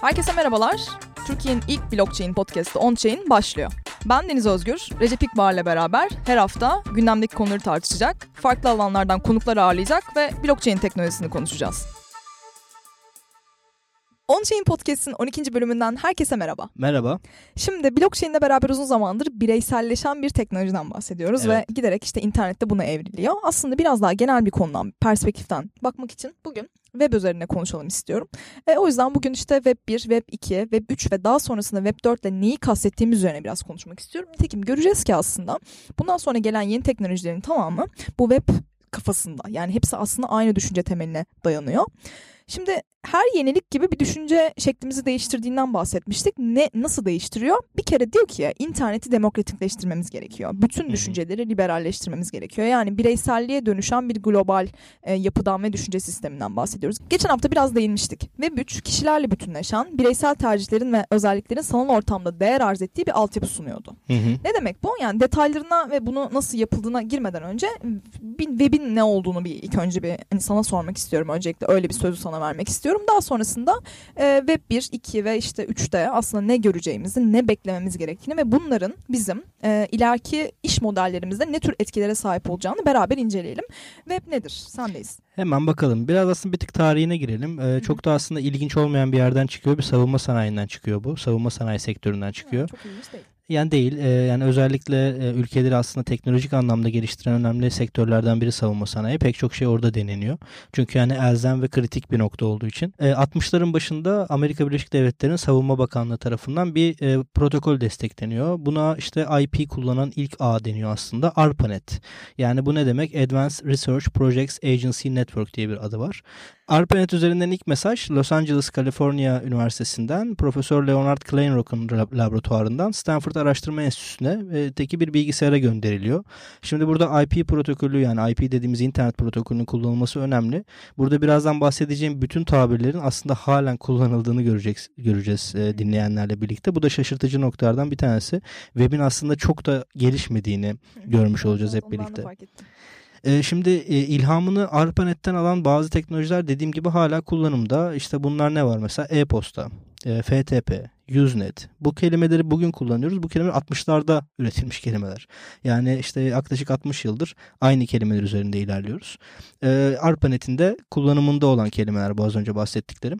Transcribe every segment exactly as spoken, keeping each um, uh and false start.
Herkese merhabalar. Türkiye'nin ilk blockchain podcast'ı OnChain başlıyor. Ben Deniz Özgür, Recep İkbar'la beraber her hafta gündemdeki konuları tartışacak, farklı alanlardan konuklar ağırlayacak ve blockchain teknolojisini konuşacağız. OnChain Podcast'ın on ikinci bölümünden herkese merhaba. Merhaba. Şimdi blockchain'le beraber uzun zamandır bireyselleşen bir teknolojiden bahsediyoruz Evet. ve giderek işte internette buna evriliyor. Aslında biraz daha genel bir konudan, perspektiften bakmak için bugün web üzerine konuşalım istiyorum. E, o yüzden bugün işte web bir, web iki, web üç ve daha sonrasında web dört ile neyi kastettiğimiz üzerine biraz konuşmak istiyorum. Nitekim göreceğiz ki aslında bundan sonra gelen yeni teknolojilerin tamamı bu web kafasında. Yani hepsi aslında aynı düşünce temeline dayanıyor. Şimdi her yenilik gibi bir düşünce şeklimizi değiştirdiğinden bahsetmiştik. Ne nasıl değiştiriyor? Bir kere diyor ki ya, interneti demokratikleştirmemiz gerekiyor. Bütün düşünceleri liberalleştirmemiz gerekiyor. Yani bireyselliğe dönüşen bir global e, yapıdan ve düşünce sisteminden bahsediyoruz. Geçen hafta biraz değinmiştik. web üç kişilerle bütünleşen, bireysel tercihlerin ve özelliklerin sanal ortamda değer arz ettiği bir altyapı sunuyordu. Hı hı. Ne demek bu? Yani detaylarına ve bunu nasıl yapıldığına girmeden önce bir web'in ne olduğunu bir ilk önce bir hani sana sormak istiyorum. Öncelikle öyle bir sözü sana vermek istiyorum. Daha sonrasında e, web bir, iki ve işte üçte aslında ne göreceğimizi, ne beklememiz gerektiğini ve bunların bizim e, ileriki iş modellerimizde ne tür etkilere sahip olacağını beraber inceleyelim. Web nedir? Sendeyiz. Hemen bakalım. Biraz aslında bir tık tarihine girelim. Ee, çok da aslında ilginç olmayan bir yerden çıkıyor. Bir savunma sanayinden çıkıyor bu. Savunma sanayi sektöründen çıkıyor. Ha, çok ilginç değil. Yani değil. E, yani özellikle e, ülkeleri aslında teknolojik anlamda geliştiren önemli sektörlerden biri savunma sanayi. Pek çok şey orada deneniyor. Çünkü yani elzem ve kritik bir nokta olduğu için. E, altmışların başında Amerika Birleşik Devletleri'nin Savunma Bakanlığı tarafından bir e, protokol destekleniyor. Buna işte I P kullanan ilk ağ deniyor aslında. ARPANET. Yani bu ne demek? Advanced Research Projects Agency Network diye bir adı var. ARPANET üzerinden ilk mesaj Los Angeles, Kaliforniya Üniversitesi'nden Profesör Leonard Kleinrock'un laboratuvarından Stanford Araştırma Enstitüsü'ne e, teki bir bilgisayara gönderiliyor. Şimdi burada I P protokolü, yani I P dediğimiz internet protokolünün kullanılması önemli. Burada birazdan bahsedeceğim bütün tabirlerin aslında halen kullanıldığını göreceğiz, göreceğiz e, dinleyenlerle birlikte. Bu da şaşırtıcı noktalardan bir tanesi. Web'in aslında çok da gelişmediğini görmüş olacağız hep birlikte. Şimdi ilhamını ARPANET'ten alan bazı teknolojiler dediğim gibi hala kullanımda. İşte bunlar ne var mesela? E-posta, F T P, Usenet. Bu kelimeleri bugün kullanıyoruz. Bu kelimeler altmışlarda üretilmiş kelimeler. Yani işte yaklaşık altmış yıldır aynı kelimeler üzerinde ilerliyoruz. ARPANET'in de kullanımında olan kelimeler bu az önce bahsettiklerim.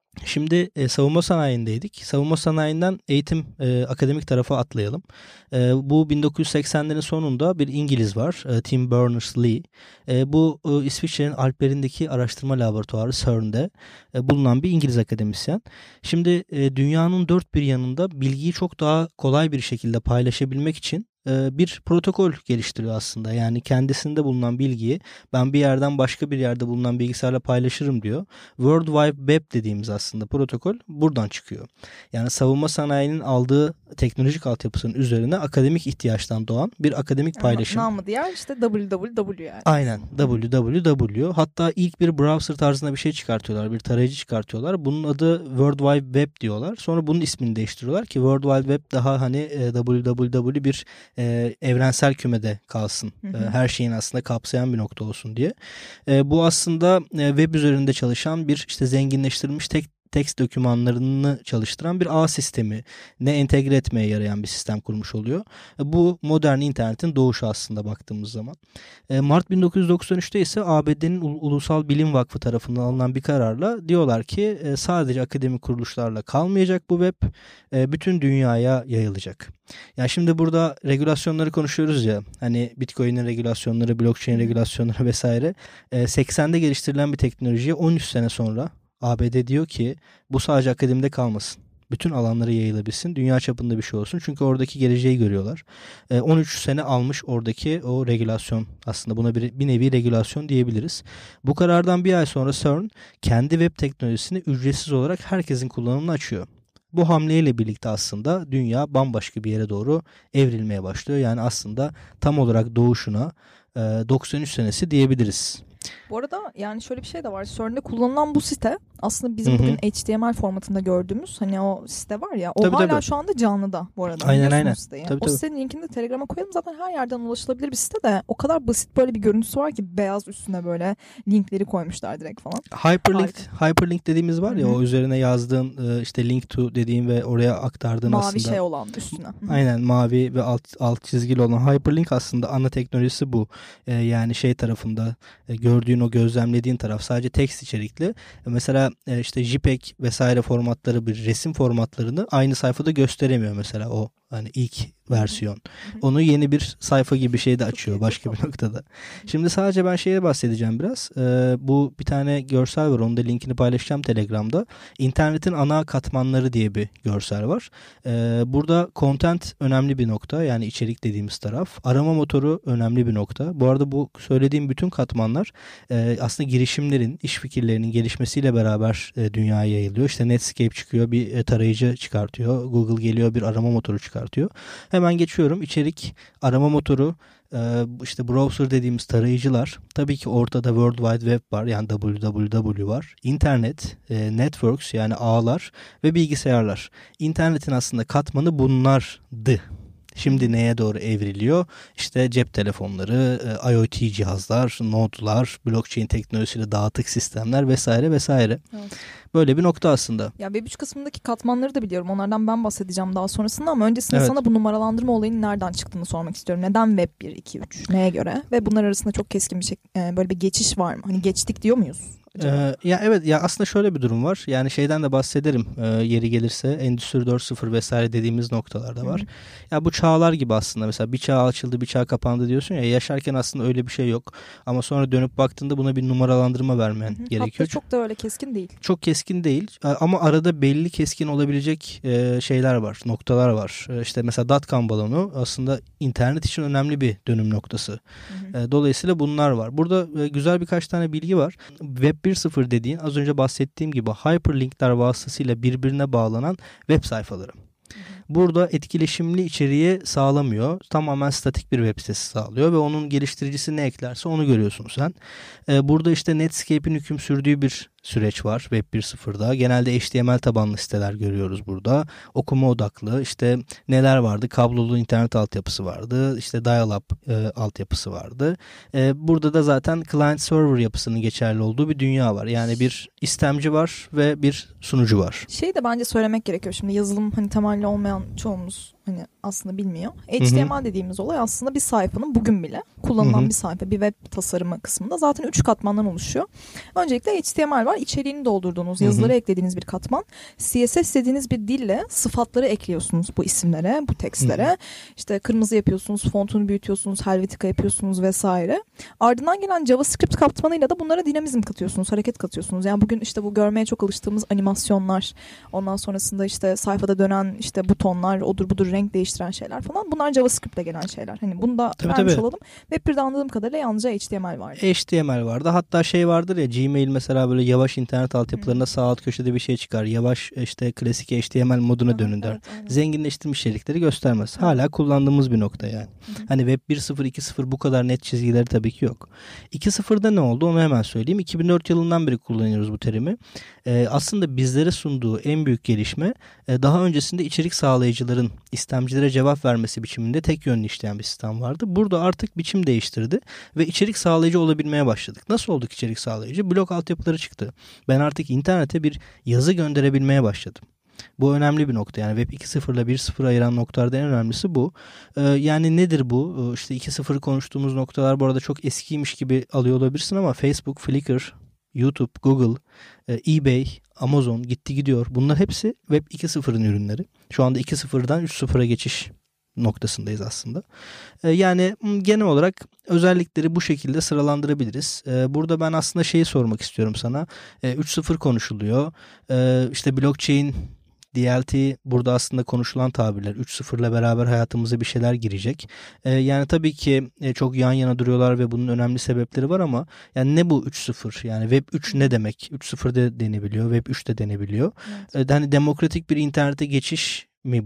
Şimdi e, savunma sanayindeydik. Savunma sanayinden eğitim e, akademik tarafa atlayalım. E, bu bin dokuz yüz seksenlerin sonunda bir İngiliz var. E, Tim Berners-Lee. E, bu e, İsviçre'nin Alplerindeki araştırma laboratuvarı CERN'de e, bulunan bir İngiliz akademisyen. Şimdi e, dünyanın dört bir yanında bilgiyi çok daha kolay bir şekilde paylaşabilmek için bir protokol geliştiriyor aslında. Yani kendisinde bulunan bilgiyi ben bir yerden başka bir yerde bulunan bilgisayarla paylaşırım diyor. World Wide Web dediğimiz aslında protokol buradan çıkıyor. Yani savunma sanayinin aldığı teknolojik altyapısının üzerine akademik ihtiyaçtan doğan bir akademik paylaşım. Namı diğer işte W W W yani. Aynen, W W W. Hatta ilk bir browser tarzında bir şey çıkartıyorlar. Bir tarayıcı çıkartıyorlar. Bunun adı World Wide Web diyorlar. Sonra bunun ismini değiştiriyorlar ki World Wide Web daha hani W W W bir e, evrensel kümede kalsın. Hı hı. E, her şeyin aslında kapsayan bir nokta olsun diye. E, bu aslında e, web üzerinde çalışan bir işte zenginleştirilmiş tek tekst dokümanlarını çalıştıran bir ağ sistemi ne entegre etmeye yarayan bir sistem kurmuş oluyor. Bu modern internetin doğuşu aslında baktığımız zaman. Mart bin dokuz yüz doksan üçte ise A B D'nin Ulusal Bilim Vakfı tarafından alınan bir kararla diyorlar ki sadece akademik kuruluşlarla kalmayacak bu web, bütün dünyaya yayılacak. Yani şimdi burada regülasyonları konuşuyoruz ya, hani Bitcoin'in regülasyonları, blockchain regülasyonları vesaire. seksende geliştirilen bir teknolojiye on üç sene sonra A B D diyor ki bu sadece akademide kalmasın. Bütün alanlara yayılabilsin. Dünya çapında bir şey olsun. Çünkü oradaki geleceği görüyorlar. E, on üç sene almış oradaki o regülasyon. Aslında buna bir, bir nevi regülasyon diyebiliriz. Bu karardan bir ay sonra CERN kendi web teknolojisini ücretsiz olarak herkesin kullanımına açıyor. Bu hamleyle birlikte aslında dünya bambaşka bir yere doğru evrilmeye başlıyor. Yani aslında tam olarak doğuşuna doksan üç senesi diyebiliriz. Bu arada yani şöyle bir şey de var. CERN'de kullanılan bu site aslında bizim Hı hı. bugün H T M L formatında gördüğümüz hani o site var ya o Tabii, hala tabii. şu anda canlıda bu arada. Aynen, Biliyorsun aynen. o siteyi. Tabii, o tabii. sitenin linkini de Telegram'a koyalım. Zaten her yerden ulaşılabilir bir site de o kadar basit böyle bir görüntüsü var ki beyaz üstüne böyle linkleri koymuşlar direkt falan. Hyperlink, hyperlink dediğimiz var ya, Hı hı. o üzerine yazdığın işte link to dediğin ve oraya aktardığın Mavi aslında. şey olan üstüne. Hı hı. Aynen, mavi ve alt alt çizgili olan hyperlink aslında ana teknolojisi bu. Ee, yani şey tarafında e, gördüğün o gözlemlediğin taraf sadece text içerikli. E, mesela e, işte JPEG vesaire formatları, bir resim formatlarını aynı sayfada gösteremiyor mesela o hani ilk versiyon. Onu yeni bir sayfa gibi şey de açıyor başka bir noktada. Şimdi sadece ben şeye bahsedeceğim biraz. Ee, bu bir tane görsel var. Onun da linkini paylaşacağım Telegram'da. İnternetin ana katmanları diye bir görsel var. Ee, burada content önemli bir nokta. Yani içerik dediğimiz taraf. Arama motoru önemli bir nokta. Bu arada bu söylediğim bütün katmanlar e, aslında girişimlerin, iş fikirlerinin gelişmesiyle beraber e, dünyaya yayılıyor. İşte Netscape çıkıyor, bir e, tarayıcı çıkartıyor. Google geliyor, bir arama motoru çıkartıyor. Hemen geçiyorum. İçerik, arama motoru, işte browser dediğimiz tarayıcılar. Tabii ki ortada World Wide Web var, yani W W W var. İnternet, networks yani ağlar ve bilgisayarlar. İnternetin aslında katmanı bunlardı. Şimdi neye doğru evriliyor? İşte cep telefonları, IoT cihazlar, nodlar, blockchain teknolojisiyle dağıtık sistemler vesaire vesaire. Evet. Böyle bir nokta aslında. Ya Web üç kısmındaki katmanları da biliyorum. Onlardan ben bahsedeceğim daha sonrasında ama öncesinde evet. sana bu numaralandırma olayının nereden çıktığını sormak istiyorum. Neden Web bir, iki, üç? Neye göre? Ve bunlar arasında çok keskin bir şey, böyle bir geçiş var mı? Hani geçtik diyor muyuz? Ee, ya evet, ya aslında şöyle bir durum var. Yani şeyden de bahsederim e, yeri gelirse. Endüstri dört nokta sıfır vesaire dediğimiz noktalarda var. Hı hı. Ya bu çağlar gibi aslında. Mesela bir çağ açıldı, bir çağ kapandı diyorsun ya. Yaşarken aslında öyle bir şey yok. Ama sonra dönüp baktığında buna bir numaralandırma vermen hı hı. gerekiyor. Hatta çok da öyle keskin değil. Çok keskin değil. Ama arada belli keskin olabilecek e, şeyler var, noktalar var. E, işte mesela dot-com balonu aslında internet için önemli bir dönüm noktası. Hı hı. E, dolayısıyla bunlar var. Burada e, güzel birkaç tane bilgi var. Web bir nokta sıfır dediğin az önce bahsettiğim gibi hyperlinkler vasıtasıyla birbirine bağlanan web sayfaları. Burada etkileşimli içeriği sağlamıyor. Tamamen statik bir web sitesi sağlıyor ve onun geliştiricisi ne eklerse onu görüyorsun sen. Ee, burada işte Netscape'in hüküm sürdüğü bir süreç var Web bir nokta sıfırda. Genelde H T M L tabanlı siteler görüyoruz burada. Okuma odaklı, işte neler vardı? Kablolu internet altyapısı vardı. İşte dial-up e, altyapısı vardı. E, burada da zaten client server yapısının geçerli olduğu bir dünya var. Yani bir istemci var ve bir sunucu var. Şey de bence söylemek gerekiyor. Şimdi yazılım hani temelli olmayan çoğumuz hani aslında bilmiyor. H T M L dediğimiz olay aslında bir sayfanın bugün bile kullanılan Hı-hı. bir sayfa, bir web tasarımı kısmında zaten üç katmandan oluşuyor. Öncelikle H T M L var. İçeriğini doldurduğunuz, yazıları Hı-hı. eklediğiniz bir katman. C S S dediğiniz bir dille sıfatları ekliyorsunuz bu isimlere, bu tekstlere. Hı-hı. İşte kırmızı yapıyorsunuz, fontunu büyütüyorsunuz, Helvetica yapıyorsunuz vesaire. Ardından gelen JavaScript katmanıyla da bunlara dinamizm katıyorsunuz, hareket katıyorsunuz. Yani bugün işte bu görmeye çok alıştığımız animasyonlar, ondan sonrasında işte sayfada dönen işte butonlar, odur budur renk değiştiren şeyler falan. Bunlar JavaScript'le gelen şeyler. Hani bunu da tabii, vermiş tabii. olalım. Web birde anladığım kadarıyla yalnızca H T M L vardı. H T M L vardı. Hatta şey vardır ya, Gmail mesela böyle yavaş internet altyapılarında hmm. sağ alt köşede bir şey çıkar. Yavaş işte klasik H T M L moduna Aha, dönün der. Evet, zenginleştirilmiş içerikleri göstermez. Evet. Hala kullandığımız bir nokta yani. Hı-hı. Hani Web bir nokta sıfır, iki nokta sıfır bu kadar net çizgileri tabii ki yok. iki nokta sıfırda ne oldu onu hemen söyleyeyim. iki bin dört yılından beri kullanıyoruz bu terimi. Ee, aslında bizlere sunduğu en büyük gelişme e, daha öncesinde içerik sağlayıcıların istemcilere cevap vermesi biçiminde tek yönlü işleyen bir sistem vardı. Burada artık biçim değiştirdi ve içerik sağlayıcı olabilmeye başladık. Nasıl olduk içerik sağlayıcı? Blog altyapıları çıktı. Ben artık internete bir yazı gönderebilmeye başladım. Bu önemli bir nokta. Yani Web iki nokta sıfır ile bir nokta sıfır ayıran noktalardan en önemlisi bu. Ee, yani nedir bu? İşte iki nokta sıfır konuştuğumuz noktalar bu arada çok eskiymiş gibi alıyor olabilirsin ama Facebook, Flickr, YouTube, Google, eBay, Amazon gitti gidiyor. Bunlar hepsi Web iki nokta sıfırın ürünleri. Şu anda iki nokta sıfırdan üç nokta sıfıra geçiş noktasındayız aslında. Yani genel olarak özellikleri bu şekilde sıralandırabiliriz. Burada ben aslında şeyi sormak istiyorum sana. üç nokta sıfır konuşuluyor. İşte blockchain, D L T burada aslında konuşulan tabirler. üç nokta sıfır ile beraber hayatımıza bir şeyler girecek. Yani tabii ki çok yan yana duruyorlar ve bunun önemli sebepleri var ama yani ne bu üç nokta sıfır? Yani Web üç ne demek? üç nokta sıfırda denebiliyor, Web üç de denebiliyor. Evet. Hani demokratik bir internete geçiş mi bu?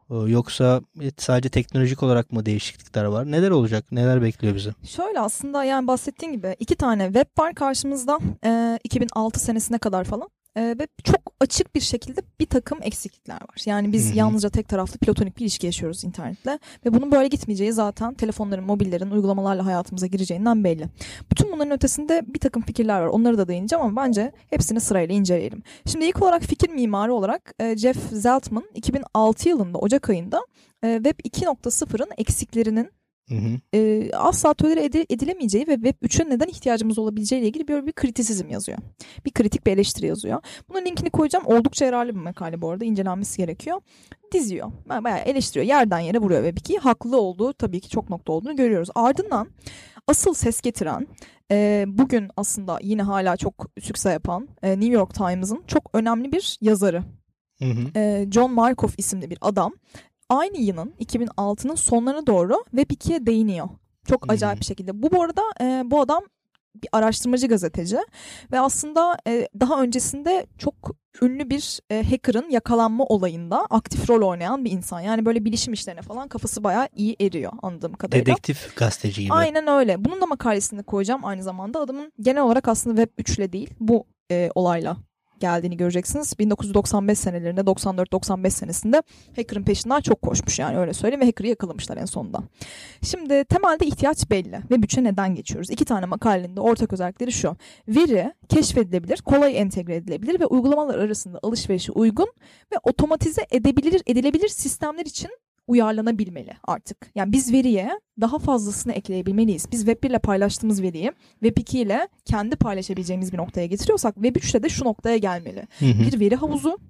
Yoksa sadece teknolojik olarak mı değişiklikler var? Neler olacak? Neler bekliyor bizi? Şöyle aslında yani bahsettiğim gibi iki tane web var karşımızda e, iki bin altı senesine kadar falan. Ee, ve çok açık bir şekilde bir takım eksiklikler var. Yani biz Hı-hı. yalnızca tek taraflı platonik bir ilişki yaşıyoruz internetle. Ve bunun böyle gitmeyeceği zaten telefonların, mobillerin, uygulamalarla hayatımıza gireceğinden belli. Bütün bunların ötesinde bir takım fikirler var. Onları da değineceğim ama bence hepsini sırayla inceleyelim. Şimdi ilk olarak fikir mimarı olarak e, Jeff Zeltman iki bin altı yılında Ocak ayında e, Web iki nokta sıfırın eksiklerinin Hı hı. E, asla tolere edilemeyeceği ve Web üçe neden ihtiyacımız olabileceği ile ilgili böyle bir kritisizm yazıyor. Bir kritik bir eleştiri yazıyor. Bunun linkini koyacağım. Oldukça yararlı bir makale bu arada. İncelenmesi gerekiyor. Diziyor. Bayağı eleştiriyor. Yerden yere vuruyor Web ikiyi. Haklı olduğu tabii ki çok nokta olduğunu görüyoruz. Ardından asıl ses getiren, e, bugün aslında yine hala çok sükse yapan e, New York Times'ın çok önemli bir yazarı. Hı hı. E, John Markoff isimli bir adam. Aynı yılın iki bin altının sonlarına doğru Web ikiye değiniyor. Çok hmm. acayip bir şekilde. Bu bu arada e, bu adam bir araştırmacı gazeteci ve aslında e, daha öncesinde çok ünlü bir e, hacker'ın yakalanma olayında aktif rol oynayan bir insan. Yani böyle bilişim işlerine falan kafası bayağı iyi eriyor anladığım kadarıyla. Dedektif gazeteci gibi. Aynen öyle. Bunun da makalesini koyacağım aynı zamanda. Adamın genel olarak aslında Web üçle değil bu e, olayla geldiğini göreceksiniz. bin dokuz yüz doksan beş senelerinde doksan dört doksan beş senesinde hacker'ın peşinden çok koşmuş yani öyle söyleyeyim ve hacker'ı yakalamışlar en sonunda. Şimdi temelde ihtiyaç belli ve bütçe neden geçiyoruz? İki tane makalenin de ortak özellikleri şu. Veri keşfedilebilir, kolay entegre edilebilir ve uygulamalar arasında alışverişe uygun ve otomatize edebilir, edilebilir sistemler için uyarlanabilmeli artık. Yani biz veriye daha fazlasını ekleyebilmeliyiz. Biz Web bir ile paylaştığımız veriyi Web iki ile kendi paylaşabileceğimiz bir noktaya getiriyorsak Web üçte de şu noktaya gelmeli. Hı hı. Bir veri havuzu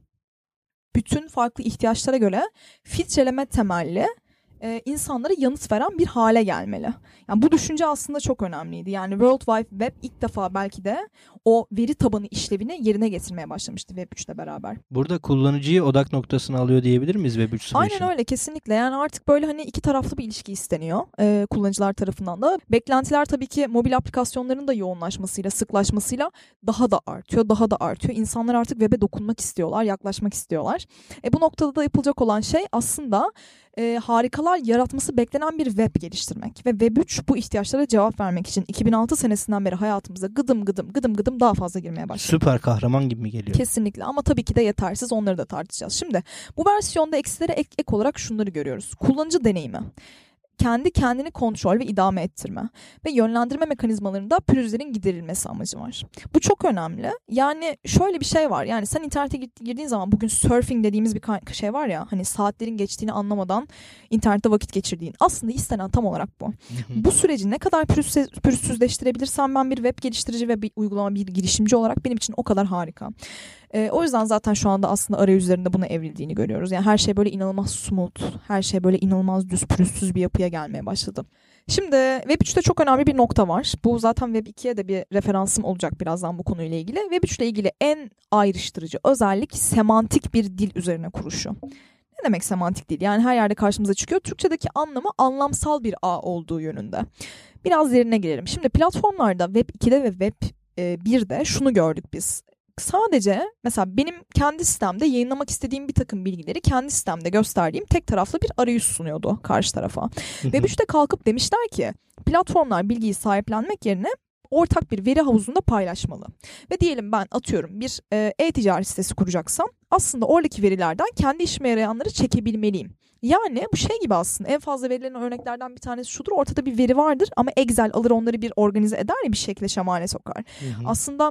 bütün farklı ihtiyaçlara göre filtreleme temelli e, insanlara yanıt veren bir hale gelmeli. Yani bu düşünce aslında çok önemliydi. Yani World Wide Web ilk defa belki de o veri tabanı işlevini yerine getirmeye başlamıştı Web üçle beraber. Burada kullanıcıyı odak noktasına alıyor diyebilir miyiz Web üç Aynen için? öyle kesinlikle. Yani artık böyle hani iki taraflı bir ilişki isteniyor e, kullanıcılar tarafından da. Beklentiler tabii ki mobil aplikasyonların da yoğunlaşmasıyla, sıklaşmasıyla daha da artıyor, daha da artıyor. İnsanlar artık web'e dokunmak istiyorlar, yaklaşmak istiyorlar. E, bu noktada da yapılacak olan şey aslında e, harikalar yaratması beklenen bir web geliştirmek. Ve Web üç bu ihtiyaçlara cevap vermek için iki bin altı senesinden beri hayatımıza gıdım gıdım gıdım gıdım daha fazla girmeye başladı. Süper kahraman gibi mi geliyor? Kesinlikle ama tabii ki de yetersiz, onları da tartışacağız. Şimdi bu versiyonda eksilere ek, ek olarak şunları görüyoruz. Kullanıcı deneyimi. Kendi kendini kontrol ve idame ettirme ve yönlendirme mekanizmalarında pürüzlerin giderilmesi amacı var. Bu çok önemli. Yani şöyle bir şey var. Yani sen internete girdiğin zaman bugün surfing dediğimiz bir şey var ya, hani saatlerin geçtiğini anlamadan internette vakit geçirdiğin. Aslında istenen tam olarak bu. Bu süreci ne kadar pürüzsüz, pürüzsüzleştirebilirsem ben bir web geliştirici ve bir uygulama, bir girişimci olarak benim için o kadar harika. Ee, o yüzden zaten şu anda aslında arayüzlerinde buna evrildiğini görüyoruz. Yani her şey böyle inanılmaz smooth, her şey böyle inanılmaz düz pürüzsüz bir yapıya gelmeye başladı. Şimdi Web üçte çok önemli bir nokta var. Bu zaten Web ikiye de bir referansım olacak birazdan bu konuyla ilgili. Web üç ile ilgili en ayrıştırıcı özellik semantik bir dil üzerine kuruşu. Ne demek semantik dil? Yani her yerde karşımıza çıkıyor. Türkçedeki anlamı anlamsal bir ağ olduğu yönünde. Biraz derine girelim. Şimdi platformlarda Web ikide ve Web birde şunu gördük biz. Sadece mesela benim kendi sitemde yayınlamak istediğim bir takım bilgileri kendi sitemde gösterdiğim tek taraflı bir arayüz sunuyordu karşı tarafa. Web üçte kalkıp demişler ki platformlar bilgiyi sahiplenmek yerine ortak bir veri havuzunda paylaşmalı. Ve diyelim ben atıyorum bir e-ticaret sitesi kuracaksam aslında oradaki verilerden kendi işime yarayanları çekebilmeliyim. Yani bu şey gibi aslında en fazla verilen örneklerden bir tanesi şudur. Ortada bir veri vardır ama Excel alır onları bir organize eder ya bir şekilde şemale sokar. Hı hı. Aslında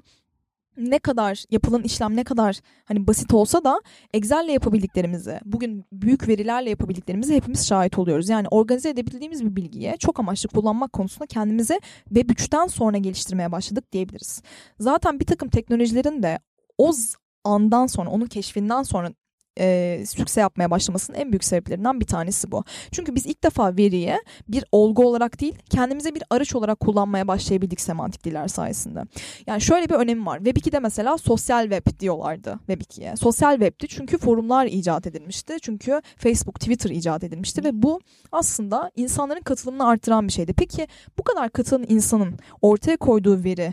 ne kadar yapılan işlem ne kadar hani basit olsa da Excel'le yapabildiklerimizi, bugün büyük verilerle yapabildiklerimizi hepimiz şahit oluyoruz. Yani organize edebildiğimiz bir bilgiye çok amaçlı kullanmak konusunda kendimizi Web üçten sonra geliştirmeye başladık diyebiliriz. Zaten bir takım teknolojilerin de o andan sonra, onun keşfinden sonra E, sükse yapmaya başlamasının en büyük sebeplerinden bir tanesi bu. Çünkü biz ilk defa veriye bir olgu olarak değil, kendimize bir araç olarak kullanmaya başlayabildik semantik diller sayesinde. Yani şöyle bir önemi var. Web ikide mesela sosyal web diyorlardı Web ikiye. Sosyal web'ti çünkü forumlar icat edilmişti. Çünkü Facebook, Twitter icat edilmişti ve bu aslında insanların katılımını artıran bir şeydi. Peki bu kadar katılan insanın ortaya koyduğu veri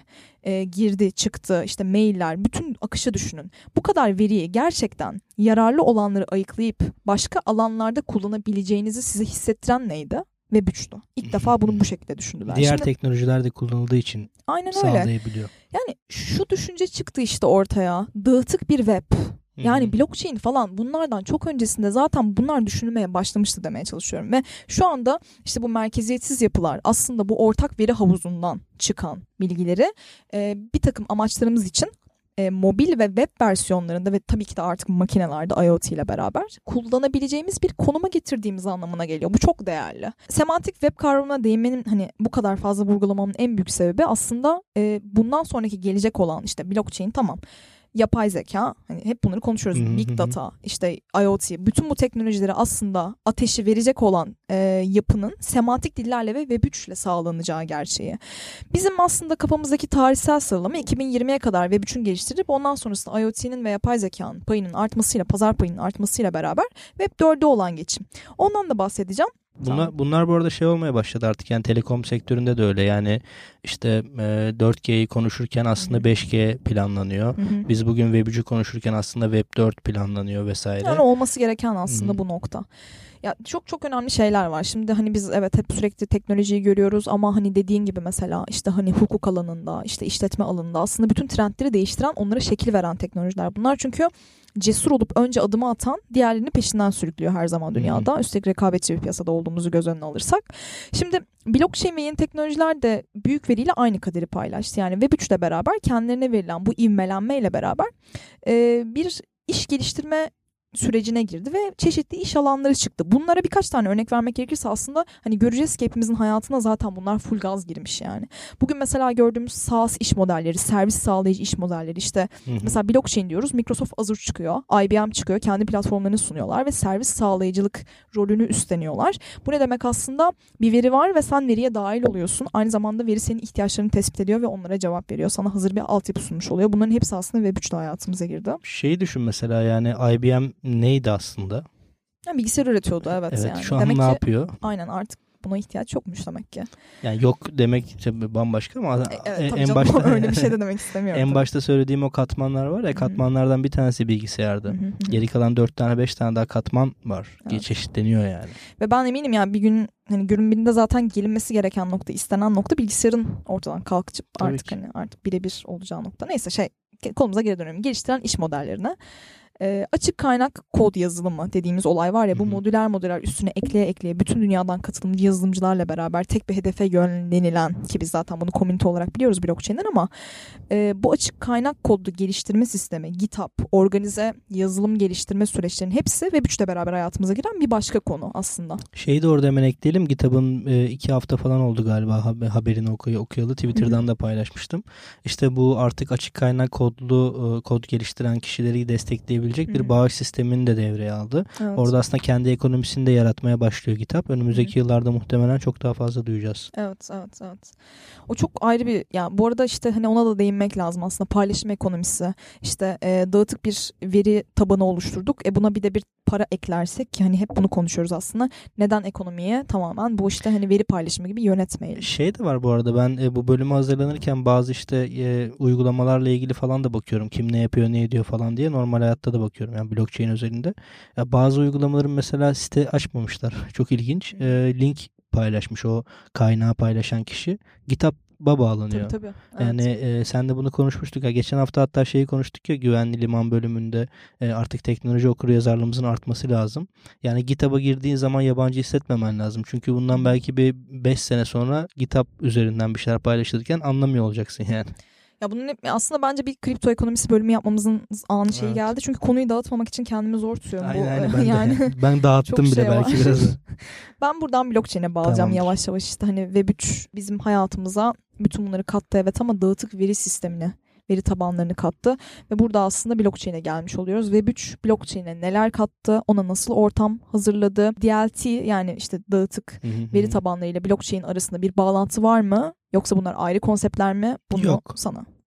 e, girdi, çıktı, işte mailler, bütün akışı düşünün. Bu kadar veriyi gerçekten yararlı olanları ayıklayıp başka alanlarda kullanabileceğinizi size hissettiren neydi? Web üçtü. İlk defa bunu bu şekilde düşündüler. Diğer Şimdi, teknolojiler de kullanıldığı için aynen sağlayabiliyor. Öyle. Yani şu düşünce çıktı işte ortaya. Dağıtık bir web. Yani blockchain falan bunlardan çok öncesinde zaten bunlar düşünülmeye başlamıştı demeye çalışıyorum. Ve şu anda işte bu merkeziyetsiz yapılar aslında bu ortak veri havuzundan çıkan bilgileri e, bir takım amaçlarımız için e, mobil ve web versiyonlarında ve tabii ki de artık makinelerde IoT ile beraber kullanabileceğimiz bir konuma getirdiğimiz anlamına geliyor. Bu çok değerli. Semantik web kavramına değinmenin hani bu kadar fazla vurgulamamın en büyük sebebi aslında e, bundan sonraki gelecek olan işte blockchain tamam. Yapay zeka, hani hep bunları konuşuyoruz. Hı hı Big hı. data, işte IoT, bütün bu teknolojileri aslında ateşi verecek olan e, yapının semantik dillerle ve Web üç ile sağlanacağı gerçeği. Bizim aslında kafamızdaki tarihsel sıralama iki bin yirmiye kadar Web üçün geliştirip ondan sonrasında IoT'nin ve yapay zekanın payının artmasıyla, pazar payının artmasıyla beraber Web dörde olan geçim. Ondan da bahsedeceğim. Bunlar, bunlar bu arada şey olmaya başladı artık, yani telekom sektöründe de öyle, yani işte e, dört G'yi konuşurken aslında Hı-hı. beş G planlanıyor. Hı-hı. Biz bugün Web üçü konuşurken aslında Web dört planlanıyor vesaire. Yani olması gereken aslında Hı-hı. bu nokta. Ya çok çok önemli şeyler var. Şimdi hani biz evet hep sürekli teknolojiyi görüyoruz ama hani dediğin gibi mesela işte hani hukuk alanında, işte işletme alanında aslında bütün trendleri değiştiren, onlara şekil veren teknolojiler bunlar. Çünkü cesur olup önce adımı atan diğerlerini peşinden sürüklüyor her zaman dünyada. Hı-hı. Üstelik rekabetçi bir piyasada olduğumuzu göz önüne alırsak. Şimdi blockchain ve yeni teknolojiler de büyük veriyle aynı kaderi paylaştı. Yani Web üç ile beraber kendilerine verilen bu ivmelenmeyle beraber e, bir iş geliştirme sürecine girdi ve çeşitli iş alanları çıktı. Bunlara birkaç tane örnek vermek gerekirse aslında hani göreceğiz ki hepimizin hayatına zaten bunlar full gaz girmiş yani. Bugün mesela gördüğümüz SaaS iş modelleri, servis sağlayıcı iş modelleri, işte hı hı. mesela blockchain diyoruz, Microsoft Azure çıkıyor, I B M çıkıyor, kendi platformlarını sunuyorlar ve servis sağlayıcılık rolünü üstleniyorlar. Bu ne demek aslında? Bir veri var ve sen veriye dahil oluyorsun. Aynı zamanda veri senin ihtiyaçlarını tespit ediyor ve onlara cevap veriyor. Sana hazır bir altyapı sunmuş oluyor. Bunların hepsi aslında Web üç ile hayatımıza girdi. Şeyi düşün mesela, yani I B M neydi aslında? Yani bilgisayar üretiyordu evet, evet yani. Şu an demek ne ki, yapıyor? Aynen, artık buna ihtiyaç yokmuş demek ki. Yani yok demek bambaşka ama e, evet, en canım, başta öyle bir şey de demek istemiyorum. En tabii. başta söylediğim o katmanlar var ya, Hı-hı. katmanlardan bir tanesi bilgisayardı. Hı-hı. Geri kalan dört tane beş tane daha katman var. Evet. Çeşitleniyor yani. Ve ben eminim yani bir gün hani günün birinde zaten gelinmesi gereken nokta, istenen nokta bilgisayarın ortadan kalkıp Tabii artık ki. hani artık birebir olacağı nokta. Neyse şey konumuza geri dönelim. Geliştiren iş modellerine. E, açık kaynak kod yazılımı dediğimiz olay var ya, bu modüler modüler üstüne ekleye ekleye bütün dünyadan katılımcı yazılımcılarla beraber tek bir hedefe yönlenilen, ki biz zaten bunu komünite olarak biliyoruz blockchain'den, ama e, bu açık kaynak kodlu geliştirme sistemi, GitHub, organize yazılım geliştirme süreçlerinin hepsi Web üç ile beraber hayatımıza giren bir başka konu aslında. Şeyi de orada hemen ekleyelim. GitHub'ın e, iki hafta falan oldu galiba haberini okuy- okuyalı. Twitter'dan Hı-hı. da paylaşmıştım. İşte bu artık açık kaynak kodlu e, kod geliştiren kişileri destekleyebilecek bir Hı-hı. bağış sistemini de devreye aldı. Evet. Orada aslında kendi ekonomisini de yaratmaya başlıyor GitHub. Önümüzdeki Hı-hı. yıllarda muhtemelen çok daha fazla duyacağız. Evet, evet, evet. O çok ayrı bir, yani bu arada işte hani ona da değinmek lazım aslında, paylaşım ekonomisi. İşte e, dağıtık bir veri tabanı oluşturduk. E buna bir de bir para eklersek, ki hani hep bunu konuşuyoruz aslında. Neden ekonomiye tamamen bu işte hani veri paylaşımı gibi yönetmeyelim? Şey de var bu arada, ben e, bu bölüme hazırlanırken bazı işte e, uygulamalarla ilgili falan da bakıyorum. Kim ne yapıyor, ne ediyor falan diye. Normal hayatta da bakıyorum yani blockchain özelinde. Ya bazı uygulamaların mesela site açmamışlar. Çok ilginç. E, link paylaşmış o kaynağı paylaşan kişi. GitHub'a bağlanıyor. Tabii, tabii. Evet. Yani e, sen de bunu konuşmuştuk ya. Geçen hafta hatta şeyi konuştuk ya, güvenli liman bölümünde e, artık teknoloji okuryazarlığımızın artması lazım. Yani GitHub'a girdiğin zaman yabancı hissetmemen lazım. Çünkü bundan Hı. belki bir beş sene sonra GitHub üzerinden bir şeyler paylaşırken anlamıyor olacaksın yani. Ya bunun aslında bence bir kripto ekonomisi bölümü yapmamızın anı şeyi evet. geldi. Çünkü konuyu dağıtmamak için kendimi zor tutuyorum. Aynen, bu. aynen, ben yani de. Ben dağıttım bile şey belki biraz. Ben buradan blockchain'e bağlayacağım Tamamdır. yavaş yavaş. İşte hani Web üç bizim hayatımıza bütün bunları kattı evet, ama dağıtık veri sistemine, veri tabanlarını kattı ve burada aslında blockchain'e gelmiş oluyoruz. Web üç blockchain'e neler kattı, ona nasıl ortam hazırladı, D L T yani işte dağıtık veri tabanlarıyla blockchain arasında bir bağlantı var mı? Yoksa bunlar ayrı konseptler mi? Bunu Yok. sana.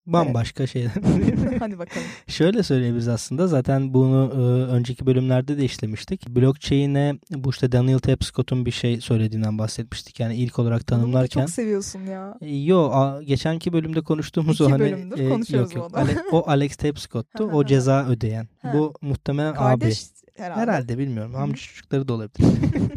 Bambaşka evet. şeyler. Hadi bakalım. Şöyle söyleyebiliriz aslında. Zaten bunu e, önceki bölümlerde de işlemiştik. Blockchain'e bu işte Daniel Tapscott'un bir şey söylediğinden bahsetmiştik. Yani ilk olarak tanımlarken. Onu çok seviyorsun ya. E, yo, a, geçenki bölümde konuştuğumuz İki o hani. bölümdür E, konuşuyoruz yok, yok. onu. Ale, o Alex Tapscott'tu. O ceza ödeyen. Bu muhtemelen Kardeş abi. herhalde. Herhalde bilmiyorum. Amca çocukları da olabilir.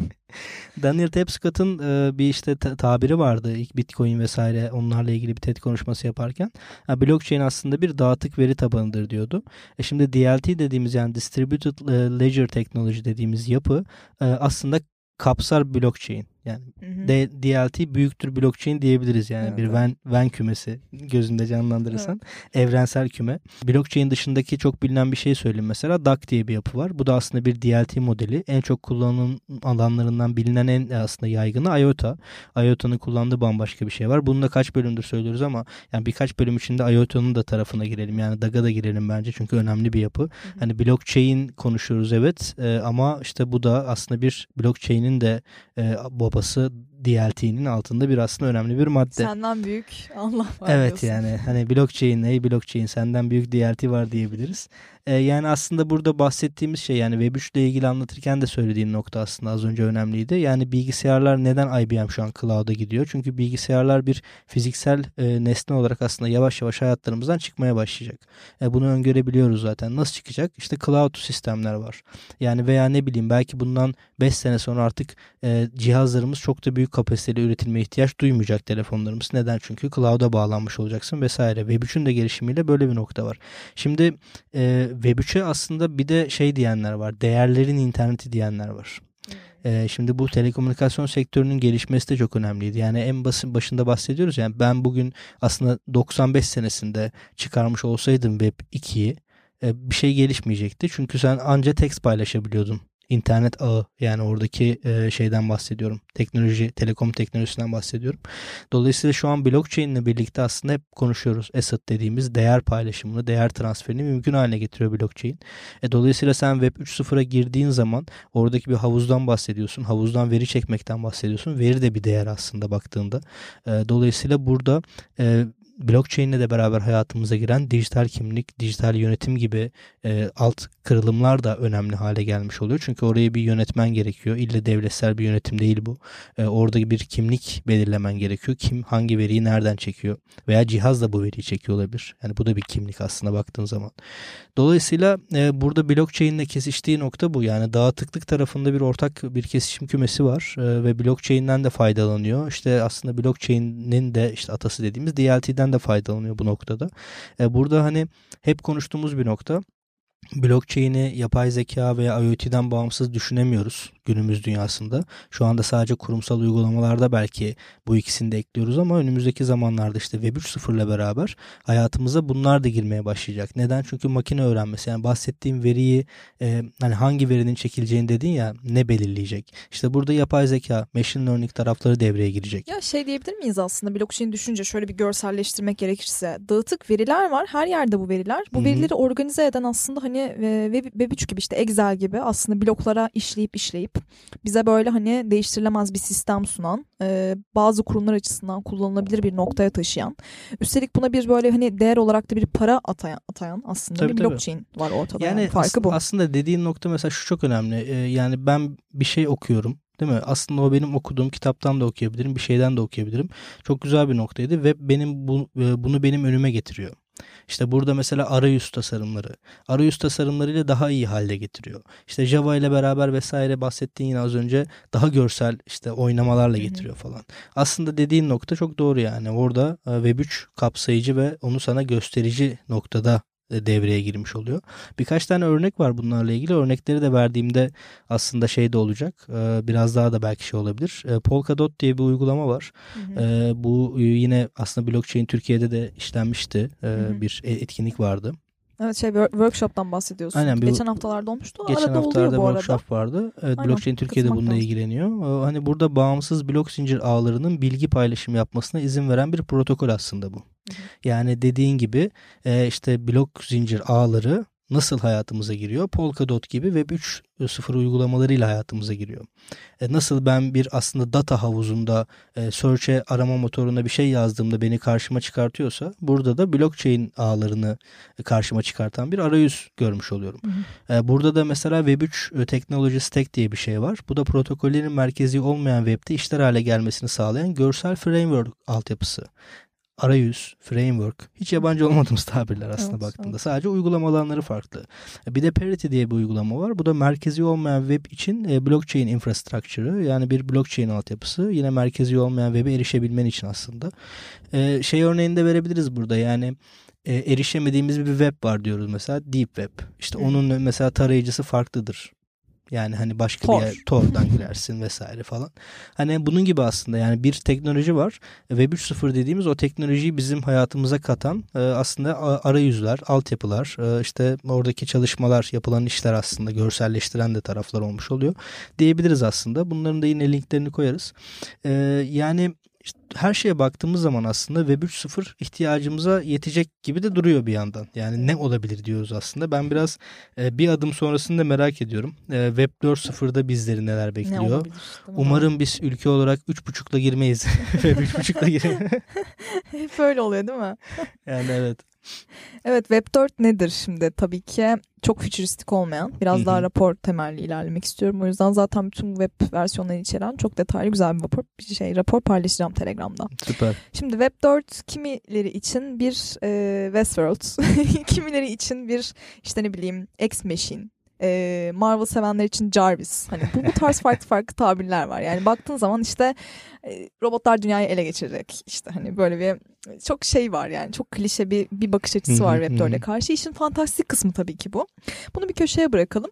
Daniel Tapscott'un e, bir işte ta- tabiri vardı ilk Bitcoin vesaire onlarla ilgili bir TED konuşması yaparken. Yani blockchain aslında bir dağıtık veri tabanıdır diyordu. E şimdi D L T dediğimiz yani Distributed Ledger Technology dediğimiz yapı e, aslında kapsar blockchain. Yani D- DLT büyüktür blockchain diyebiliriz yani evet, bir Venn, Venn kümesi gözünde canlandırırsan evet. Evrensel küme. Blockchain dışındaki çok bilinen bir şey söyleyeyim mesela D A G diye bir yapı var. Bu da aslında bir D L T modeli. En çok kullanılan alanlarından bilinen en aslında yaygını IOTA. IOTA'nın kullandığı bambaşka bir şey var. Bunu da kaç bölümdür söylüyoruz ama yani birkaç bölüm içinde IOTA'nın da tarafına girelim. Yani D A G'a da girelim bence çünkü önemli bir yapı. Hı hı. Hani blockchain konuşuyoruz evet e, ama işte bu da aslında bir blockchain'in de e, babası D L T'nin altında bir aslında önemli bir madde. Senden büyük Allah var evet diyorsun. Yani hani blockchain ey blockchain senden büyük D L T var diyebiliriz. Ee, yani aslında burada bahsettiğimiz şey yani Web üç ile ilgili anlatırken de söylediğin nokta aslında az önce önemliydi. Yani bilgisayarlar neden I B M şu an cloud'a gidiyor? Çünkü bilgisayarlar bir fiziksel e, nesne olarak aslında yavaş yavaş hayatlarımızdan çıkmaya başlayacak. E, bunu öngörebiliyoruz zaten. Nasıl çıkacak? İşte cloud sistemler var. Yani veya ne bileyim belki bundan beş sene sonra artık e, cihazlarımız çok da büyük kapasiteli üretilmeye ihtiyaç duymayacak telefonlarımız. Neden? Çünkü cloud'a bağlanmış olacaksın vesaire. Web üçün de gelişimiyle böyle bir nokta var. Şimdi e, Web üçe aslında bir de şey diyenler var. Değerlerin interneti diyenler var. Ee, şimdi bu telekomünikasyon sektörünün gelişmesi de çok önemliydi. Yani en basın başında bahsediyoruz. Yani ben bugün aslında doksan beş senesinde çıkarmış olsaydım Web ikiyi e, bir şey gelişmeyecekti. Çünkü sen anca tekst paylaşabiliyordun. İnternet ağı yani oradaki e, şeyden bahsediyorum. Teknoloji, telekom teknolojisinden bahsediyorum. Dolayısıyla şu an blockchain ile birlikte aslında hep konuşuyoruz. Asset dediğimiz değer paylaşımını, değer transferini mümkün haline getiriyor blockchain. E, dolayısıyla sen Web üç nokta sıfıra girdiğin zaman oradaki bir havuzdan bahsediyorsun. Havuzdan veri çekmekten bahsediyorsun. Veri de bir değer aslında baktığında. E, dolayısıyla burada e, blockchain ile de beraber hayatımıza giren dijital kimlik, dijital yönetim gibi e, alt kırılımlar da önemli hale gelmiş oluyor. Çünkü oraya bir yönetmen gerekiyor. İlle devletsel bir yönetim değil bu. E, orada bir kimlik belirlemen gerekiyor. Kim hangi veriyi nereden çekiyor? Veya cihaz da bu veriyi çekiyor olabilir. Yani bu da bir kimlik aslında baktığın zaman. Dolayısıyla e, burada blockchain ile kesiştiği nokta bu. Yani dağıtıklık tarafında bir ortak bir kesişim kümesi var e, ve blockchain'den de faydalanıyor. İşte aslında blockchain'in de işte atası dediğimiz D L T'den de faydalanıyor bu noktada. E, burada hani hep konuştuğumuz bir nokta. Blockchain'i yapay zeka veya IoT'den bağımsız düşünemiyoruz günümüz dünyasında. Şu anda sadece kurumsal uygulamalarda belki bu ikisini de ekliyoruz ama önümüzdeki zamanlarda işte Web üç nokta sıfır ile beraber hayatımıza bunlar da girmeye başlayacak. Neden? Çünkü makine öğrenmesi yani bahsettiğim veriyi e, hani hangi verinin çekileceğini dedin ya ne belirleyecek? İşte burada yapay zeka, machine learning tarafları devreye girecek. Ya şey diyebilir miyiz aslında blockchain düşünce şöyle bir görselleştirmek gerekirse dağıtık veriler var. Her yerde bu veriler. Bu Hı-hı. verileri organize eden aslında hani Web üç gibi işte Excel gibi aslında bloklara işleyip işleyip bize böyle hani değiştirilemez bir sistem sunan e, bazı kurumlar açısından kullanılabilir bir noktaya taşıyan üstelik buna bir böyle hani değer olarak da bir para atayan, atayan aslında tabii, bir blockchain tabii. var ortada. Yani, yani farkı as- bu. Aslında dediğin nokta mesela şu çok önemli. Ee, yani ben bir şey okuyorum. Değil mi? Aslında o benim okuduğum kitaptan da okuyabilirim. Bir şeyden de okuyabilirim. Çok güzel bir noktaydı ve benim bu, bunu benim önüme getiriyor. İşte burada mesela arayüz tasarımları. Arayüz tasarımlarıyla daha iyi halde getiriyor. İşte Java ile beraber vesaire bahsettiğin yine az önce daha görsel işte oynamalarla getiriyor falan. Aslında dediğin nokta çok doğru yani. Orada Web üç kapsayıcı ve onu sana gösterici noktada devreye girmiş oluyor. Birkaç tane örnek var bunlarla ilgili. Örnekleri de verdiğimde aslında şey de olacak. Biraz daha da belki şey olabilir. Polkadot diye bir uygulama var. Hı hı. Bu yine aslında blockchain Türkiye'de de işlenmişti. Hı hı. Bir etkinlik vardı. Evet şey workshop'tan bahsediyorsun. Aynen, bir, geçen haftalarda olmuştu. Geçen arada haftalarda oluyor bu workshop arada. vardı. Evet, blockchain Türkiye'de bununla lazım. ilgileniyor. Hani burada bağımsız blok zincir ağlarının bilgi paylaşımı yapmasına izin veren bir protokol aslında bu. Hı hı. Yani dediğin gibi işte blok zincir ağları nasıl hayatımıza giriyor? Polkadot gibi Web üç nokta sıfır uygulamalarıyla hayatımıza giriyor. E, nasıl ben bir aslında data havuzunda e, search'e, arama motoruna bir şey yazdığımda beni karşıma çıkartıyorsa, burada da blockchain ağlarını karşıma çıkartan bir arayüz görmüş oluyorum. Hı hı. E, burada da mesela Web üç Technology Stack diye bir şey var. Bu da protokollerin merkezi olmayan web'de işler hale gelmesini sağlayan görsel framework altyapısı. Arayüz, framework, hiç yabancı olmadığımız tabirler aslında evet, baktığında. Evet. Sadece uygulama alanları farklı. Bir de Parity diye bir uygulama var. Bu da merkezi olmayan web için blockchain infrastructure'ı, yani bir blockchain altyapısı. Yine merkezi olmayan web'e erişebilmen için aslında. Ee, şey örneğini de verebiliriz burada. Yani e, erişemediğimiz bir web var diyoruz mesela. Deep Web. İşte hmm. onun mesela tarayıcısı farklıdır. Yani hani başka Tor. bir yer, Tor'dan girersin vesaire falan. Hani bunun gibi aslında, yani bir teknoloji var. Web üç nokta sıfır dediğimiz o teknolojiyi bizim hayatımıza katan aslında arayüzler, altyapılar, işte oradaki çalışmalar, yapılan işler aslında görselleştiren de taraflar olmuş oluyor diyebiliriz aslında. Bunların da yine linklerini koyarız. Yani İşte her şeye baktığımız zaman aslında Web üç nokta sıfır ihtiyacımıza yetecek gibi de duruyor bir yandan. Yani ne olabilir diyoruz aslında. Ben biraz e, bir adım sonrasını da merak ediyorum. E, Web dört nokta sıfırda bizleri neler bekliyor? Ne Umarım biz ülke olarak üç buçukla girmeyiz. Web üç buçukla girmeyiz. Hep böyle oluyor değil mi? Yani evet. Evet, Web dört nedir şimdi? Tabii ki çok fütüristik olmayan, biraz Hı-hı. daha rapor temelli ilerlemek istiyorum. O yüzden zaten bütün web versiyonlarını içeren çok detaylı güzel bir rapor, bir şey rapor paylaşacağım Telegram'da. Süper. Şimdi Web dört kimileri için bir e, Westworld, kimileri için bir işte ne bileyim X-Machine, e, Marvel sevenler için Jarvis. Hani bu, bu tarz farklı farklı tabirler var. Yani baktığın zaman işte e, robotlar dünyayı ele geçirecek. İşte hani böyle bir çok şey var yani. Çok klişe bir bir bakış açısı var Web dört'e karşı. İşin fantastik kısmı tabii ki bu. Bunu bir köşeye bırakalım.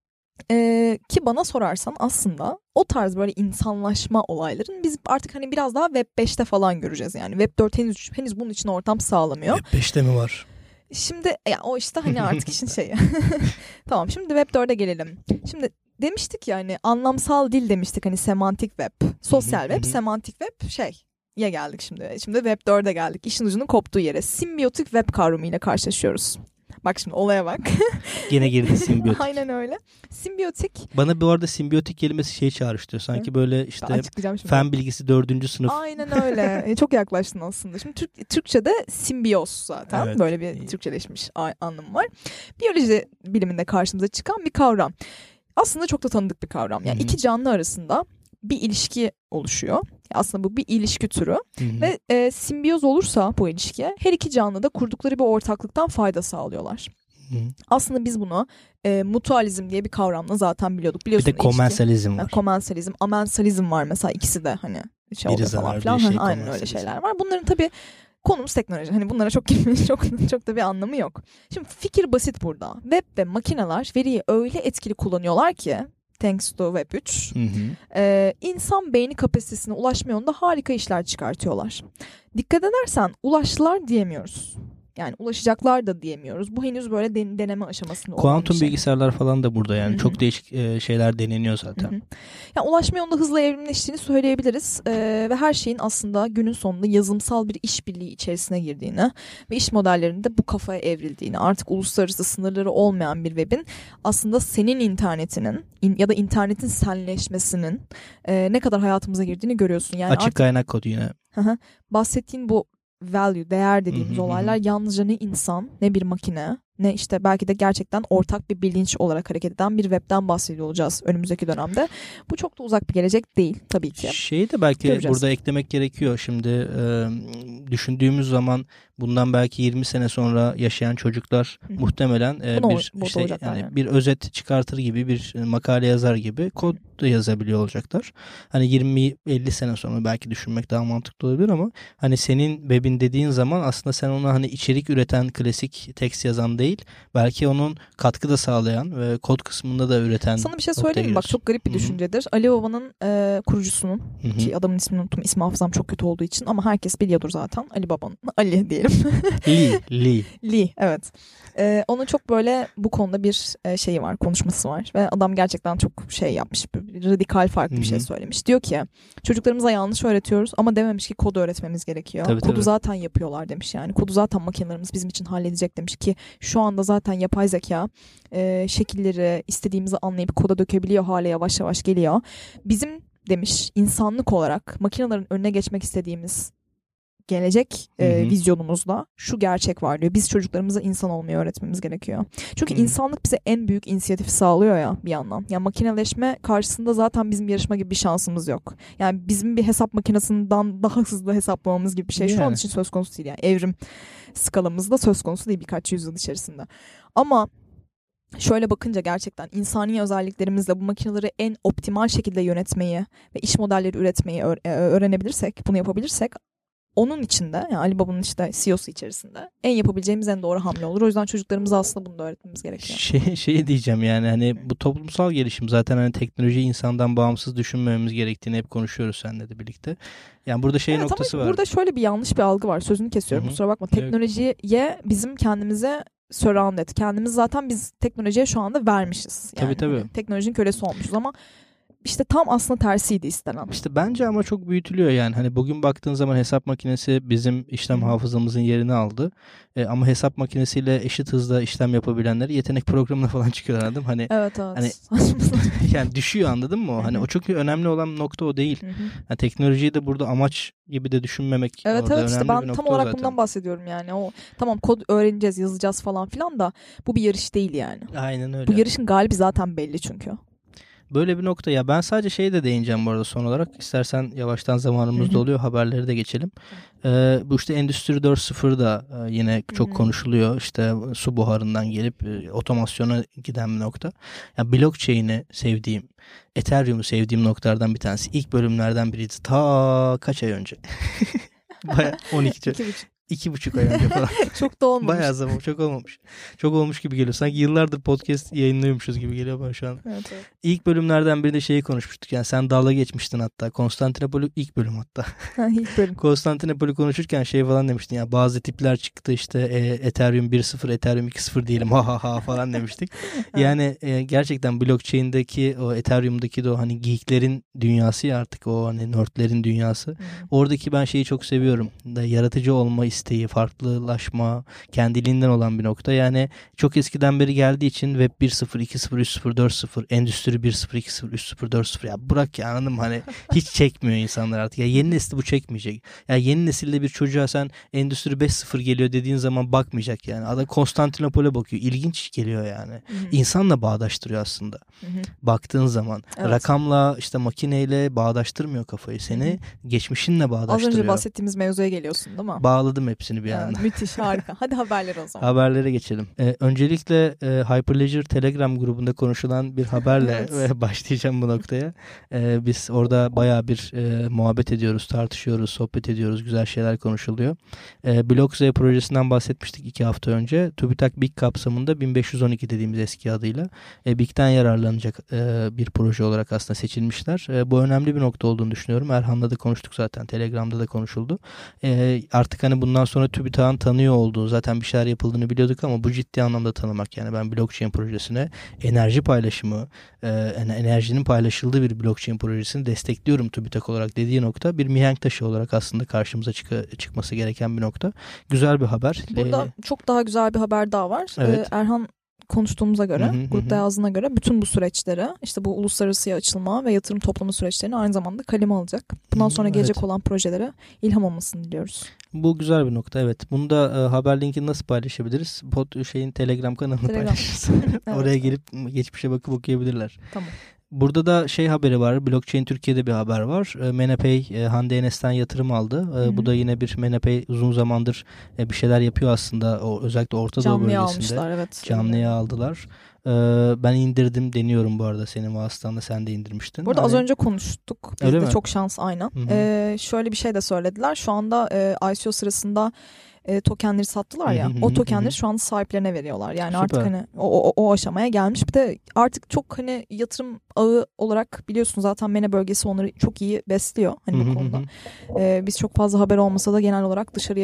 Ee, ki bana sorarsan aslında o tarz böyle insanlaşma olayların biz artık hani biraz daha Web beşte falan göreceğiz yani. Web dört henüz, henüz bunun için ortam sağlamıyor. Web beşte mi var? Şimdi ya o işte hani artık işin şeyi. Tamam, şimdi Web dört'e gelelim. Şimdi demiştik ya hani anlamsal dil demiştik, hani semantik web, sosyal web, semantik web şey. Ya geldik şimdi. Şimdi Web dört'e geldik. İşin ucunun koptuğu yere. Simbiyotik web kavramıyla karşılaşıyoruz. Bak şimdi olaya bak. Gene girdi simbiyotik. Aynen öyle. Simbiyotik. Bana bu arada simbiyotik kelimesi şey çağrıştırıyor. Sanki Hı? böyle işte fen bilgisi dördüncü sınıf. Aynen öyle. Çok yaklaştın aslında. Şimdi Türk, Türkçe'de simbiyoz zaten. Evet. Böyle bir Türkçeleşmiş anlamı var. Biyoloji biliminde karşımıza çıkan bir kavram. Aslında çok da tanıdık bir kavram. Yani Hı-hı. iki canlı arasında bir ilişki oluşuyor. Aslında bu bir ilişki türü. Hı-hı. Ve e, simbiyoz olursa bu ilişkiye her iki canlı da kurdukları bir ortaklıktan fayda sağlıyorlar. Hı-hı. Aslında biz bunu e, mutualizm diye bir kavramla zaten biliyorduk. Biliyorsun, bir de komensalizm var. Yani, komensalizm, amensalizm var mesela, ikisi de hani şey oluyor falan filan. Şey, aynen öyle şeyler var. Bunların tabii konumuz teknoloji. Hani bunlara çok girmenin çok, çok da bir anlamı yok. Şimdi fikir basit burada. Web ve makineler veriyi öyle etkili kullanıyorlar ki thanks to Web üç. Hı hı. Ee, insan beyni kapasitesine ulaşma yolunda harika işler çıkartıyorlar. Dikkat edersen ulaştılar diyemiyoruz. Yani ulaşacaklar da diyemiyoruz. Bu henüz böyle den- deneme aşamasında olan Kuantum bir şey. bilgisayarlar falan da burada yani. Hı-hı. Çok değişik e, şeyler deneniyor zaten. Hı-hı. Yani ulaşma yolunda hızla evrimleştiğini söyleyebiliriz. Ee, ve her şeyin aslında günün sonunda yazılımsal bir işbirliği içerisine girdiğini ve iş modellerinde bu kafaya evrildiğini, artık uluslararası sınırları olmayan bir webin aslında senin internetinin in, ya da internetin senleşmesinin e, ne kadar hayatımıza girdiğini görüyorsun. Yani açık artık, kaynak kodu yine. Hı-hı, bahsettiğin bu value, değer dediğimiz hı hı olaylar hı. yalnızca ne insan, ne bir makine, ne işte belki de gerçekten ortak bir bilinç olarak hareket eden bir webden bahsediyor olacağız önümüzdeki dönemde. Bu çok da uzak bir gelecek değil tabii ki. Şeyi de belki Göreceğiz. Burada eklemek gerekiyor. Şimdi e, düşündüğümüz zaman bundan belki yirmi sene sonra yaşayan çocuklar Hı-hı. muhtemelen e, bir işte yani, yani bir özet çıkartır gibi, bir makale yazar gibi kod da yazabiliyor olacaklar. Hani yirmi elli sene sonra belki düşünmek daha mantıklı olabilir ama hani senin webin dediğin zaman aslında sen ona hani içerik üreten, klasik text yazan değil, belki onun katkı da sağlayan ve kod kısmında da üreten. Sana bir şey söyleyeyim mi? Bak çok garip bir Hı-hı. düşüncedir. Ali Baba'nın e, kurucusunun, Hı-hı. ki adamın ismini unuttum, ismi hafızam çok kötü olduğu için ama herkes biliyordur zaten. Ali Baba'nın. Ali diyelim. Lee. Lee. Lee, evet. Ee, onun çok böyle bu konuda bir e, şeyi var, konuşması var ve adam gerçekten çok şey yapmış, bir radikal farklı Hı-hı. bir şey söylemiş. Diyor ki çocuklarımıza yanlış öğretiyoruz ama dememiş ki kodu öğretmemiz gerekiyor. Tabii, kodu tabii. zaten yapıyorlar demiş yani. Kodu zaten makinelerimiz bizim için halledecek demiş ki şu şu anda zaten yapay zeka e, şekilleri istediğimizi anlayıp koda dökebiliyor hale yavaş yavaş geliyor. Bizim demiş insanlık olarak makinelerin önüne geçmek istediğimiz gelecek e, vizyonumuzda şu gerçek var diyor. Biz çocuklarımıza insan olmayı öğretmemiz gerekiyor. Çünkü hı. insanlık bize en büyük inisiyatifi sağlıyor ya bir yandan. Yani makineleşme karşısında zaten bizim yarışma gibi bir şansımız yok. Yani bizim bir hesap makinesinden daha hızlı hesaplamamız gibi bir şey. Yani. Şu an için söz konusu değil yani. Evrim skalamızda söz konusu değil birkaç yüzyıl içerisinde. Ama şöyle bakınca gerçekten insani özelliklerimizle bu makineleri en optimal şekilde yönetmeyi ve iş modelleri üretmeyi öğrenebilirsek, bunu yapabilirsek onun içinde yani Alibaba'nın işte C E O'su içerisinde en yapabileceğimiz en doğru hamle olur. O yüzden çocuklarımıza aslında bunu da öğretmemiz gerekiyor. Şey, şey diyeceğim yani hani bu toplumsal gelişim zaten hani teknoloji insandan bağımsız düşünmememiz gerektiğini hep konuşuyoruz seninle de birlikte. Yani burada şey evet, noktası var. Burada şöyle bir yanlış bir algı var. Sözünü kesiyorum. Hı-hı. Kusura bakma. Teknolojiye bizim kendimize surround et. Kendimiz zaten biz teknolojiye şu anda vermişiz. Yani tabii tabii. Hani teknolojinin kölesi olmuşuz ama İşte tam aslında tersiydi istenen. İşte bence ama çok büyütülüyor yani. Hani bugün baktığın zaman hesap makinesi bizim işlem hmm. hafızamızın yerini aldı. E, ama hesap makinesiyle eşit hızda işlem yapabilenler yetenek programına falan çıkıyor anladım. Hani evet evet. Hani yani düşüyor anladın mı o? Hani o çok önemli olan nokta o değil. Yani teknolojiyi de burada amaç gibi de düşünmemek evet, orada evet, önemli işte bir ben tam olarak zaten. bundan bahsediyorum yani. O tamam kod öğreneceğiz, yazacağız falan filan da bu bir yarış değil yani. Aynen öyle. Bu yarışın galibi zaten belli çünkü. Böyle bir nokta ya ben sadece şeye de değineceğim bu arada son olarak. İstersen yavaştan zamanımız doluyor haberleri de geçelim. Ee, bu işte Endüstri dört nokta sıfır da e, yine çok Hı-hı. konuşuluyor. İşte su buharından gelip e, otomasyona giden bir nokta. Ya blockchain'i sevdiğim, Ethereum'u sevdiğim noktalardan bir tanesi. İlk bölümlerden biriydi. Ta kaç ay önce? Bayağı on iki. İki buçuk ay önce falan. Çok da olmamış. Bayağı zaman çok olmamış. Çok olmuş gibi geliyor. Sanki yıllardır podcast yayınlıyormuşuz gibi geliyor bana şu an. Evet, evet. İlk bölümlerden birinde şeyi konuşmuştuk. Yani sen dalga geçmiştin hatta. Konstantinopol'ü ilk bölüm hatta. Ha, ilk bölüm. Konstantinopol'ü konuşurken şey falan demiştin. Ya bazı tipler çıktı işte e, Ethereum bir nokta sıfır, Ethereum iki nokta sıfır diyelim ha ha ha falan demiştik. Yani e, gerçekten blockchain'deki o Ethereum'daki de o hani geeklerin dünyası ya artık o hani nerdlerin dünyası. Hı. Oradaki ben şeyi çok seviyorum. Da yaratıcı olma isteği, farklılaşma, kendiliğinden olan bir nokta. Yani çok eskiden beri geldiği için Web bir nokta sıfır, iki nokta sıfır, üç nokta sıfır, dört nokta sıfır, Endüstri bir nokta sıfır, iki nokta sıfır, üç nokta sıfır, dört nokta sıfır ya bırak ya anladın mı? Hani hiç çekmiyor insanlar artık. Ya yeni nesil bu çekmeyecek. Ya yeni nesilde bir çocuğa sen Endüstri beş nokta sıfır geliyor dediğin zaman bakmayacak yani. Adam Konstantinopol'e bakıyor. İlginç geliyor yani. Hı-hı. İnsanla bağdaştırıyor aslında. Hı-hı. Baktığın zaman. Evet. Rakamla işte makineyle bağdaştırmıyor kafayı. Seni Hı-hı. geçmişinle bağdaştırıyor. Az önce bahsettiğimiz mevzuya geliyorsun değil mi? Bağladım hepsini bir evet, anda. Müthiş, harika. Hadi haberlere o zaman. Haberlere geçelim. Ee, öncelikle e, Hyperledger Telegram grubunda konuşulan bir haberle evet. başlayacağım bu noktaya. Ee, biz orada bayağı bir e, muhabbet ediyoruz, tartışıyoruz, sohbet ediyoruz. Güzel şeyler konuşuluyor. Ee, BlockZ projesinden bahsetmiştik iki hafta önce. TÜBİTAK BİK kapsamında bin beş yüz on iki dediğimiz eski adıyla e, BİK'ten yararlanacak e, bir proje olarak aslında seçilmişler. E, bu önemli bir nokta olduğunu düşünüyorum. Erhan'la da konuştuk zaten. Telegram'da da konuşuldu. E, artık hani bundan sonra TÜBİTAK'ın tanıyor olduğu, zaten bir şeyler yapıldığını biliyorduk ama bu ciddi anlamda tanımak. Yani ben blockchain projesine enerji paylaşımı, e, enerjinin paylaşıldığı bir blockchain projesini destekliyorum TÜBİTAK olarak dediği nokta bir mihenk taşı olarak aslında karşımıza çık- çıkması gereken bir nokta. Güzel bir haber. Burada ee, çok daha güzel bir haber daha var. Evet. Ee, Erhan konuştuğumuza göre, hı hı, grupta hı. yazdığına göre bütün bu süreçleri, işte bu uluslararası açılma ve yatırım toplama süreçlerini aynı zamanda kaleme alacak. Bundan sonra evet. gelecek olan projelere ilham olmasını diliyoruz. Bu güzel bir nokta evet. Bunu da e, haber linkini nasıl paylaşabiliriz? Pod şeyin Telegram kanalını Telegram. paylaşırız. evet. Oraya gelip geçmişe bakıp okuyabilirler. Tamam. Burada da şey haberi var. Blockchain Türkiye'de bir haber var. Menepay Hande Enes'ten yatırım aldı. Hı-hı. Bu da yine bir Menepay uzun zamandır bir şeyler yapıyor aslında. O, özellikle Orta Doğu bölgesinde. Canlıya almışlar evet. Canlıya aldılar. Ben indirdim deniyorum bu arada senin vasıtanla sen de indirmiştin. Burada hani... az önce konuştuk. Biz Öyle de mi? Çok şans aynen. Ee, şöyle bir şey de söylediler. Şu anda e, I C O sırasında e, tokenleri sattılar ya. O tokenleri şu an sahiplerine veriyorlar. Yani Süper. Artık hani o, o, o aşamaya gelmiş. Bir de artık çok hani yatırım ağı olarak biliyorsun zaten MENA bölgesi onları çok iyi besliyor hani bu konuda. Ee, biz çok fazla haber olmasa da genel olarak dışarıya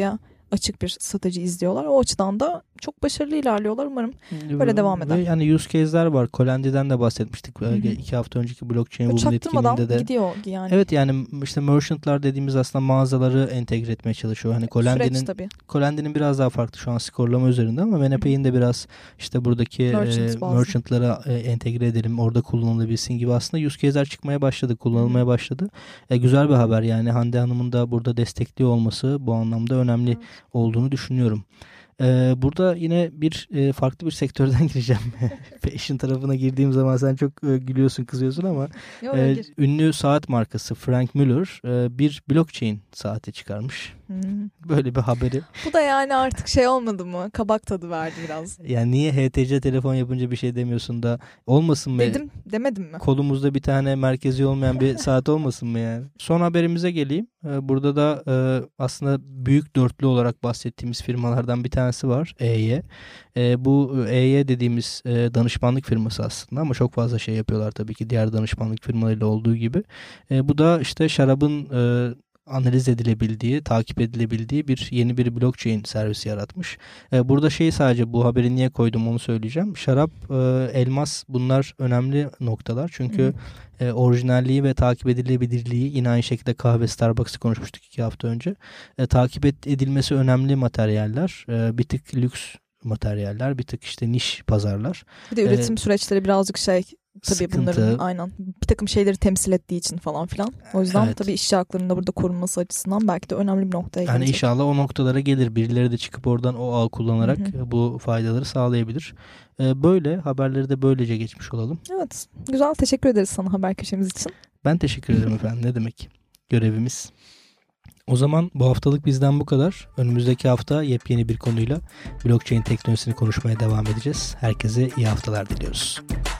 açık bir strateji izliyorlar. O açıdan da çok başarılı ilerliyorlar. Umarım böyle devam eder. Ve yani use case'ler var. Colandi'den de bahsetmiştik. Hı-hı. iki hafta önceki blockchain Women etkinliğinde de. Gidiyor yani. Evet yani işte merchant'lar dediğimiz aslında mağazaları entegre etmeye çalışıyor. Hani Colandi'nin Colandi'nin biraz daha farklı şu an skorlama üzerinde ama Venepay'in de biraz işte buradaki e, merchant'lara e, entegre edelim, orada kullanılabilsin gibi aslında use case'ler çıkmaya başladı, kullanılmaya başladı. E, güzel bir haber yani Hande Hanım'ın da burada destekliyor olması bu anlamda önemli evet. olduğunu düşünüyorum. Ee, burada yine bir e, farklı bir sektörden gireceğim. Fashion tarafına girdiğim zaman sen çok e, gülüyorsun, kızıyorsun ama Yo, e, ünlü saat markası Frank Muller e, bir blockchain saati çıkarmış. Hmm. Böyle bir haberi. Bu da yani artık şey olmadı mı? Kabak tadı verdi biraz. Yani niye H T C telefon yapınca bir şey demiyorsun da olmasın mı? Dedim, demedim mi? Kolumuzda bir tane merkezi olmayan bir saat olmasın mı yani? Son haberimize geleyim. Burada da e, aslında büyük dörtlü olarak bahsettiğimiz firmalardan bir tanesi var. E Y. E, bu E Y dediğimiz e, danışmanlık firması aslında ama çok fazla şey yapıyorlar tabii ki diğer danışmanlık firmalarıyla olduğu gibi. E, bu da işte şarabın e, analiz edilebildiği, takip edilebildiği bir yeni bir blockchain servisi yaratmış. Ee, burada şey sadece bu haberi niye koydum onu söyleyeceğim. Şarap, e, elmas bunlar önemli noktalar. Çünkü e, orijinalliği ve takip edilebilirliği yine aynı şekilde kahve Starbucks'ı konuşmuştuk iki hafta önce. E, takip edilmesi önemli materyaller. E, bir tık lüks materyaller, bir tık işte niş pazarlar. Bir de üretim ee, süreçleri birazcık şey tabii sıkıntı. Bunların aynen bir takım şeyleri temsil ettiği için falan filan. O yüzden evet. Tabii işçi haklarının da burada korunması açısından belki de önemli bir noktaya gelecek. Yani inşallah o noktalara gelir. Birileri de çıkıp oradan o ağ kullanarak hı hı. bu faydaları sağlayabilir. Ee, böyle haberleri de böylece geçmiş olalım. Evet. Güzel. Teşekkür ederiz sana haber köşemiz için. Ben teşekkür ederim efendim. Ne demek? Görevimiz. O zaman bu haftalık bizden bu kadar. Önümüzdeki hafta yepyeni bir konuyla blockchain teknolojisini konuşmaya devam edeceğiz. Herkese iyi haftalar diliyoruz.